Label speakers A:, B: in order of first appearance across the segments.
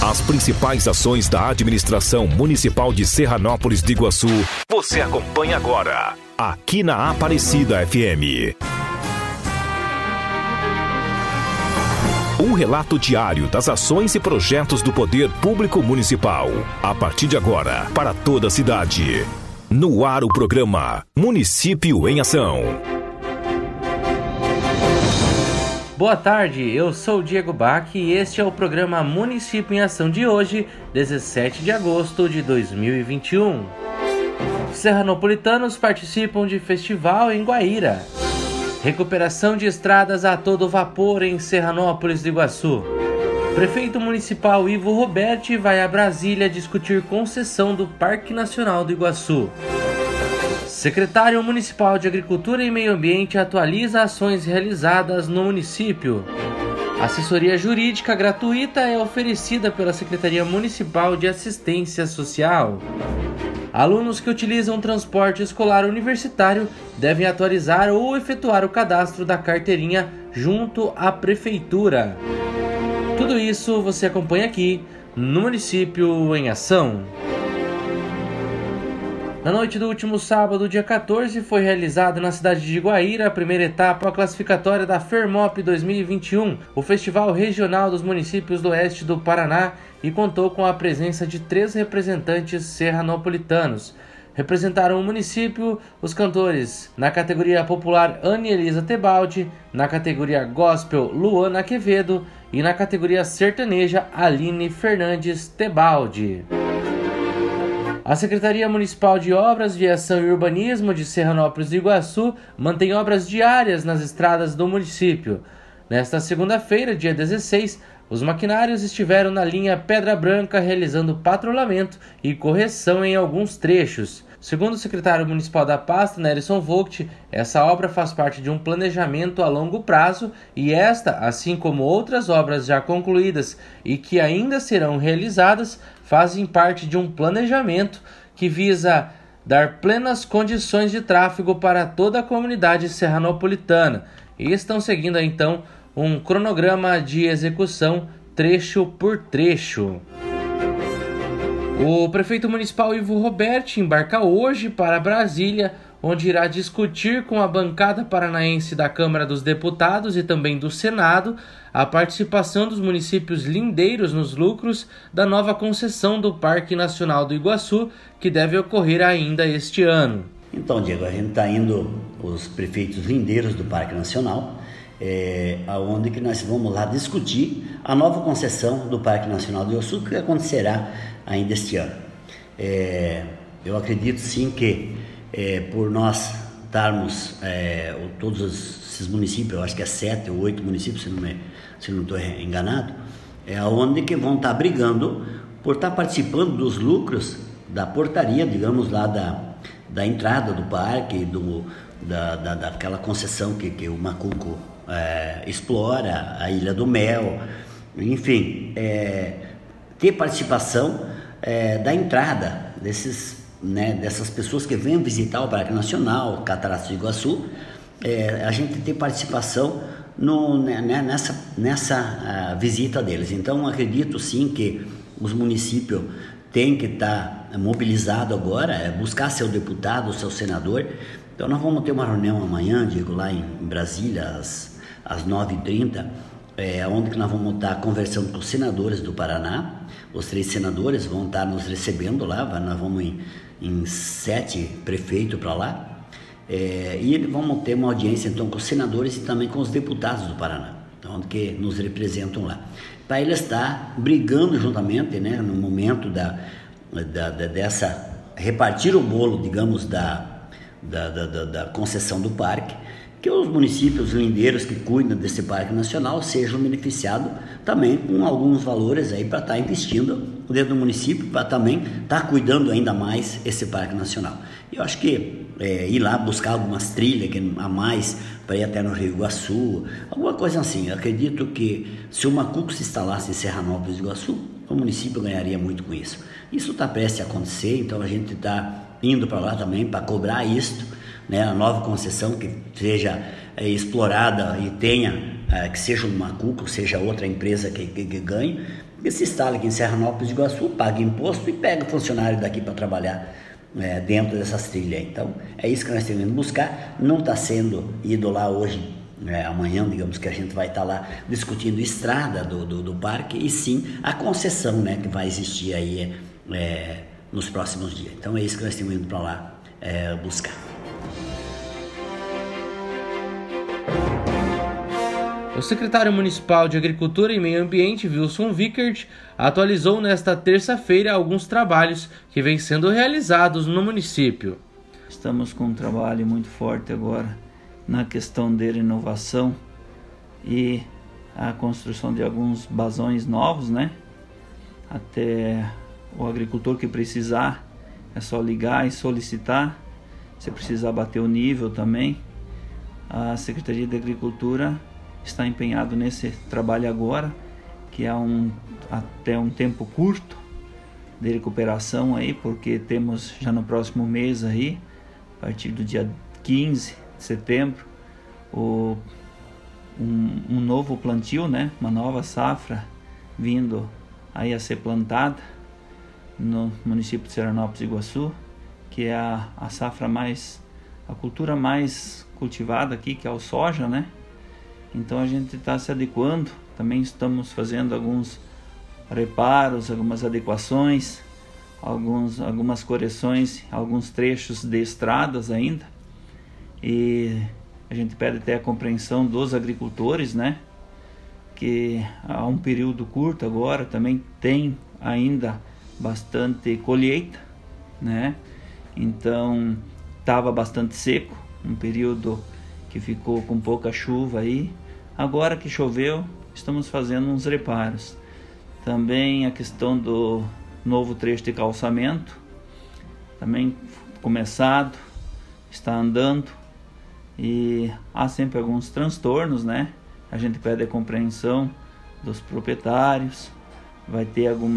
A: As principais ações da administração municipal de Serranópolis do Iguaçu, você acompanha agora, aqui na Aparecida FM. Um relato diário das ações e projetos do Poder Público Municipal. A partir de agora, para toda a cidade. No ar o programa Município em Ação.
B: Boa tarde, eu sou o Diego Bach e este é o programa Município em Ação de hoje, 17 de agosto de 2021. Serranopolitanos participam de festival em Guaíra. Recuperação de estradas a todo vapor em Serranópolis do Iguaçu. Prefeito Municipal Ivo Roberti vai a Brasília discutir concessão do Parque Nacional do Iguaçu. Secretário Municipal de Agricultura e Meio Ambiente atualiza ações realizadas no município. Assessoria jurídica gratuita é oferecida pela Secretaria Municipal de Assistência Social. Alunos que utilizam transporte escolar universitário devem atualizar ou efetuar o cadastro da carteirinha junto à Prefeitura. Tudo isso você acompanha aqui no Município em Ação. Na noite do último sábado, dia 14, foi realizada na cidade de Guaíra a primeira etapa classificatória da FERMOP 2021, o Festival Regional dos Municípios do Oeste do Paraná, e contou com a presença de 3 representantes serranopolitanos. Representaram o município os cantores na categoria popular Anne Elisa Tebaldi, na categoria gospel Luana Quevedo e na categoria sertaneja Aline Fernandes Tebaldi. A Secretaria Municipal de Obras, Viação e Urbanismo de Serranópolis do Iguaçu mantém obras diárias nas estradas do município. Nesta segunda-feira, dia 16, os maquinários estiveram na linha Pedra Branca realizando patrulhamento e correção em alguns trechos. Segundo o secretário municipal da pasta, Nelson Vogt, essa obra faz parte de um planejamento a longo prazo e esta, assim como outras obras já concluídas e que ainda serão realizadas, fazem parte de um planejamento que visa dar plenas condições de tráfego para toda a comunidade serranopolitana e estão seguindo então um cronograma de execução trecho por trecho. O prefeito municipal Ivo Roberti embarca hoje para Brasília, onde irá discutir com a bancada paranaense da Câmara dos Deputados e também do Senado a participação dos municípios lindeiros nos lucros da nova concessão do Parque Nacional do Iguaçu, que deve ocorrer ainda este ano.
C: Então, Diego, a gente está indo, os prefeitos lindeiros do Parque Nacional, aonde que nós vamos lá discutir a nova concessão do Parque Nacional do Iguaçu, que acontecerá ainda este ano. Eu acredito sim que por nós estarmos, todos esses municípios, eu acho que é 7 ou 8 municípios, se não estou enganado, onde que vão estar brigando por estar participando dos lucros da portaria, digamos lá, da entrada do parque, daquela concessão que o Macuco explora, a Ilha do Mel, enfim, ter participação da entrada dessas pessoas que vêm visitar o Parque Nacional, Cataratas do Iguaçu, a gente ter participação nessa visita deles. Então, acredito sim que os municípios têm que estar mobilizados agora, buscar seu deputado, seu senador. Então, nós vamos ter uma reunião amanhã, Diego, lá em Brasília, às 9h30, onde que nós vamos estar conversando com os senadores do Paraná. Os 3 senadores vão estar nos recebendo lá, nós vamos em 7 prefeitos para lá, e vamos ter uma audiência então com os senadores e também com os deputados do Paraná, onde que nos representam lá, para eles estar brigando juntamente, no momento dessa repartir o bolo, digamos, da concessão do parque, que os municípios lindeiros que cuidam desse Parque Nacional sejam beneficiados também com alguns valores aí para estar investindo dentro do município, para também estar cuidando ainda mais esse Parque Nacional. Eu acho que ir lá buscar algumas trilhas a mais para ir até no Rio Iguaçu, alguma coisa assim. Eu acredito que se o Macuco se instalasse em Serranópolis do Iguaçu, o município ganharia muito com isso. Isso está prestes a acontecer, então a gente está indo para lá também para cobrar isto, a nova concessão que seja explorada e tenha, que seja o Macuco, seja outra empresa que ganhe, Porque se instala aqui em Serranópolis de Iguaçu, paga imposto e pega o funcionário daqui para trabalhar dentro dessas trilhas. Então, é isso que nós temos que buscar. Não está sendo ido lá hoje, amanhã, digamos que a gente vai estar lá discutindo estrada do parque, e sim a concessão, né, que vai existir aí nos próximos dias. Então, é isso que nós temos ido para lá buscar.
B: O secretário municipal de Agricultura e Meio Ambiente, Wilson Vickert, atualizou nesta terça-feira alguns trabalhos que vêm sendo realizados no município.
D: Estamos com um trabalho muito forte agora na questão de renovação e a construção de alguns basões novos, né? Até o agricultor que precisar, é só ligar e solicitar. Se precisar bater o nível também, a Secretaria de Agricultura está empenhado nesse trabalho agora, que é até um tempo curto de recuperação aí, porque temos já no próximo mês aí, a partir do dia 15 de setembro, um novo plantio, né? Uma nova safra vindo aí a ser plantada no município de Serranópolis e Iguaçu, que é a safra a cultura mais cultivada aqui, que é o soja, né? Então a gente está se adequando, também estamos fazendo alguns reparos, algumas adequações, algumas correções, alguns trechos de estradas ainda, e a gente pede até a compreensão dos agricultores, né? Que há um período curto agora também tem ainda bastante colheita, né? Então estava bastante seco, um período que ficou com pouca chuva aí. Agora que choveu, estamos fazendo uns reparos. Também a questão do novo trecho de calçamento, também começado, está andando, e há sempre alguns transtornos, né? A gente pede a compreensão dos proprietários, vai ter algum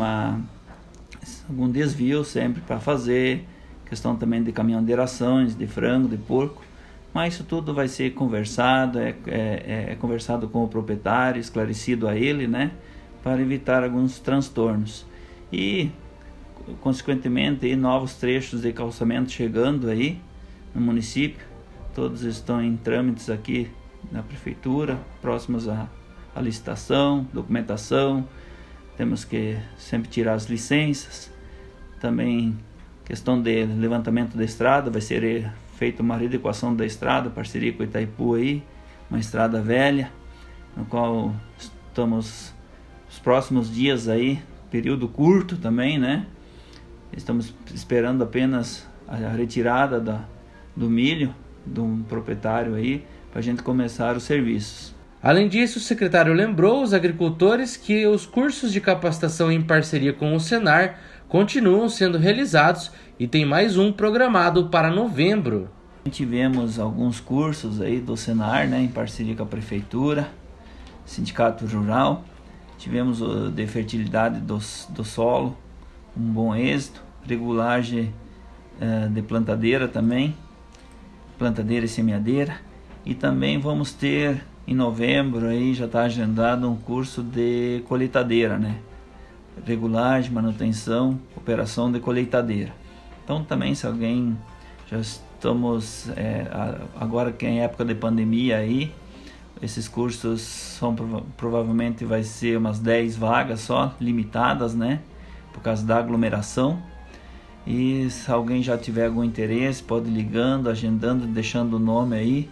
D: desvio sempre para fazer, questão também de caminhão de rações, de frango, de porco, mas isso tudo vai ser conversado, conversado com o proprietário, esclarecido a ele, né, para evitar alguns transtornos. E, consequentemente, aí, novos trechos de calçamento chegando aí no município, todos estão em trâmites aqui na prefeitura, próximos à licitação, documentação, temos que sempre tirar as licenças. Também questão de levantamento da estrada, vai ser feita uma readequação da estrada, parceria com o Itaipu aí, uma estrada velha, no qual estamos os próximos dias aí, período curto também, né? Estamos esperando apenas a retirada do milho de um proprietário aí, para a gente começar os serviços.
B: Além disso, o secretário lembrou os agricultores que os cursos de capacitação em parceria com o Senar continuam sendo realizados e tem mais um programado para novembro.
D: Tivemos alguns cursos aí do Senar, né, em parceria com a prefeitura, sindicato rural. Tivemos o de fertilidade do solo, um bom êxito, regulagem de plantadeira também, plantadeira e semeadeira, e também vamos ter em novembro aí já está agendado um curso de colheitadeira, né? Regulagem, manutenção, operação de colheitadeira. Então também, se alguém, já estamos agora que é em época de pandemia aí, esses cursos são provavelmente vai ser umas 10 vagas só, limitadas, né? Por causa da aglomeração. E se alguém já tiver algum interesse, pode ir ligando, agendando, deixando o nome aí,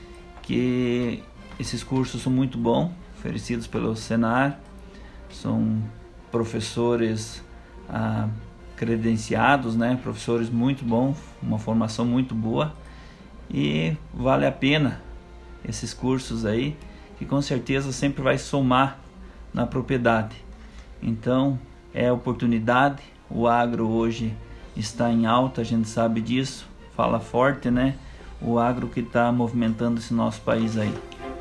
D: que esses cursos são muito bons, oferecidos pelo Senar, são professores credenciados, né? Professores muito bons, uma formação muito boa, e vale a pena esses cursos aí, que com certeza sempre vai somar na propriedade. Então é oportunidade, o agro hoje está em alta, a gente sabe disso, fala forte, né? O agro que está movimentando esse nosso país aí.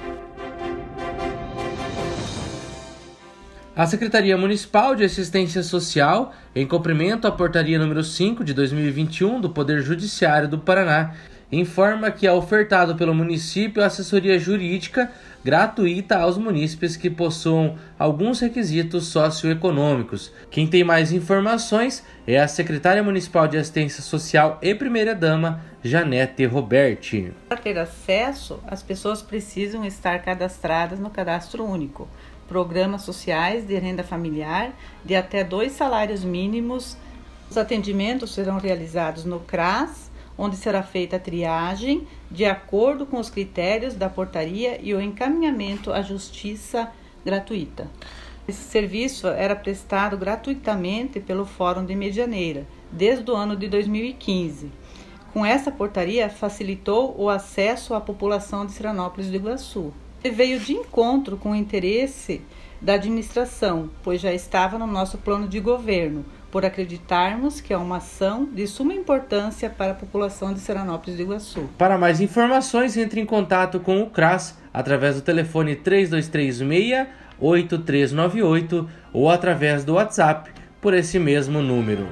B: A Secretaria Municipal de Assistência Social, em cumprimento à Portaria número 5 de 2021 do Poder Judiciário do Paraná, informa que é ofertado pelo município assessoria jurídica gratuita aos munícipes que possuam alguns requisitos socioeconômicos. Quem tem mais informações é a secretária municipal de assistência social e primeira-dama, Janete Roberti.
E: Para ter acesso, as pessoas precisam estar cadastradas no Cadastro Único. Programas sociais de renda familiar de até 2 salários mínimos. Os atendimentos serão realizados no CRAS, onde será feita a triagem de acordo com os critérios da portaria e o encaminhamento à justiça gratuita. Esse serviço era prestado gratuitamente pelo Fórum de Medianeira, desde o ano de 2015. Com essa portaria, facilitou o acesso à população de Serranópolis do Iguaçu. Ele veio de encontro com o interesse da administração, pois já estava no nosso plano de governo, por acreditarmos que é uma ação de suma importância para a população de Serranópolis do Iguaçu.
B: Para mais informações, entre em contato com o CRAS através do telefone 3236-8398 ou através do WhatsApp por esse mesmo número.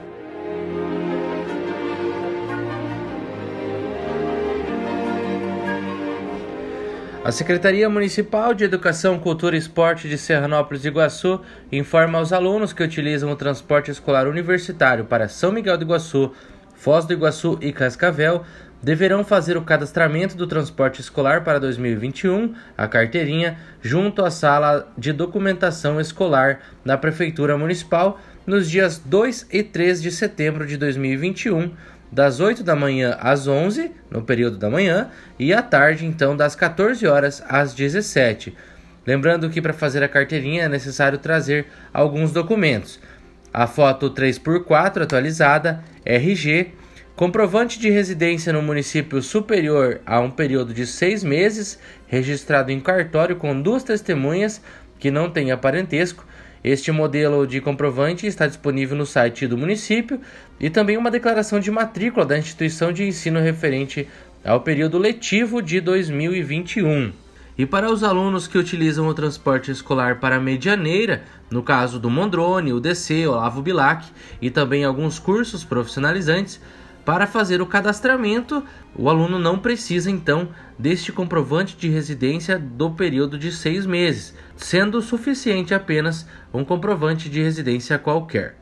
B: A Secretaria Municipal de Educação, Cultura e Esporte de Serranópolis do Iguaçu informa aos alunos que utilizam o transporte escolar universitário para São Miguel do Iguaçu, Foz do Iguaçu e Cascavel deverão fazer o cadastramento do transporte escolar para 2021, a carteirinha, junto à sala de documentação escolar da Prefeitura Municipal nos dias 2 e 3 de setembro de 2021, das 8 da manhã às 11, no período da manhã, e à tarde, então, das 14 horas às 17. Lembrando que para fazer a carteirinha é necessário trazer alguns documentos. A foto 3x4 atualizada, RG, comprovante de residência no município superior a um período de 6 meses, registrado em cartório com 2 testemunhas que não tenha parentesco. Este modelo de comprovante está disponível no site do município e também uma declaração de matrícula da instituição de ensino referente ao período letivo de 2021. E para os alunos que utilizam o transporte escolar para Medianeira, no caso do Mondrone, o DC, Olavo Bilac e também alguns cursos profissionalizantes, para fazer o cadastramento, o aluno não precisa, então, deste comprovante de residência do período de 6 meses, sendo suficiente apenas um comprovante de residência qualquer.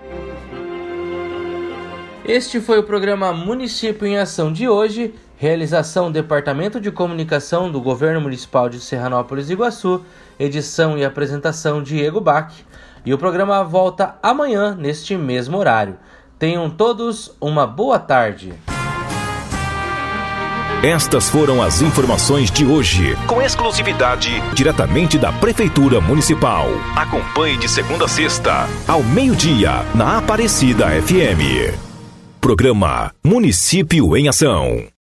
B: Este foi o programa Município em Ação de hoje, realização Departamento de Comunicação do Governo Municipal de Serranópolis do Iguaçu, edição e apresentação Diego Bach, e o programa volta amanhã neste mesmo horário. Tenham todos uma boa tarde.
A: Estas foram as informações de hoje, com exclusividade diretamente da Prefeitura Municipal. Acompanhe de segunda a sexta, ao meio-dia, na Aparecida FM. Programa Município em Ação.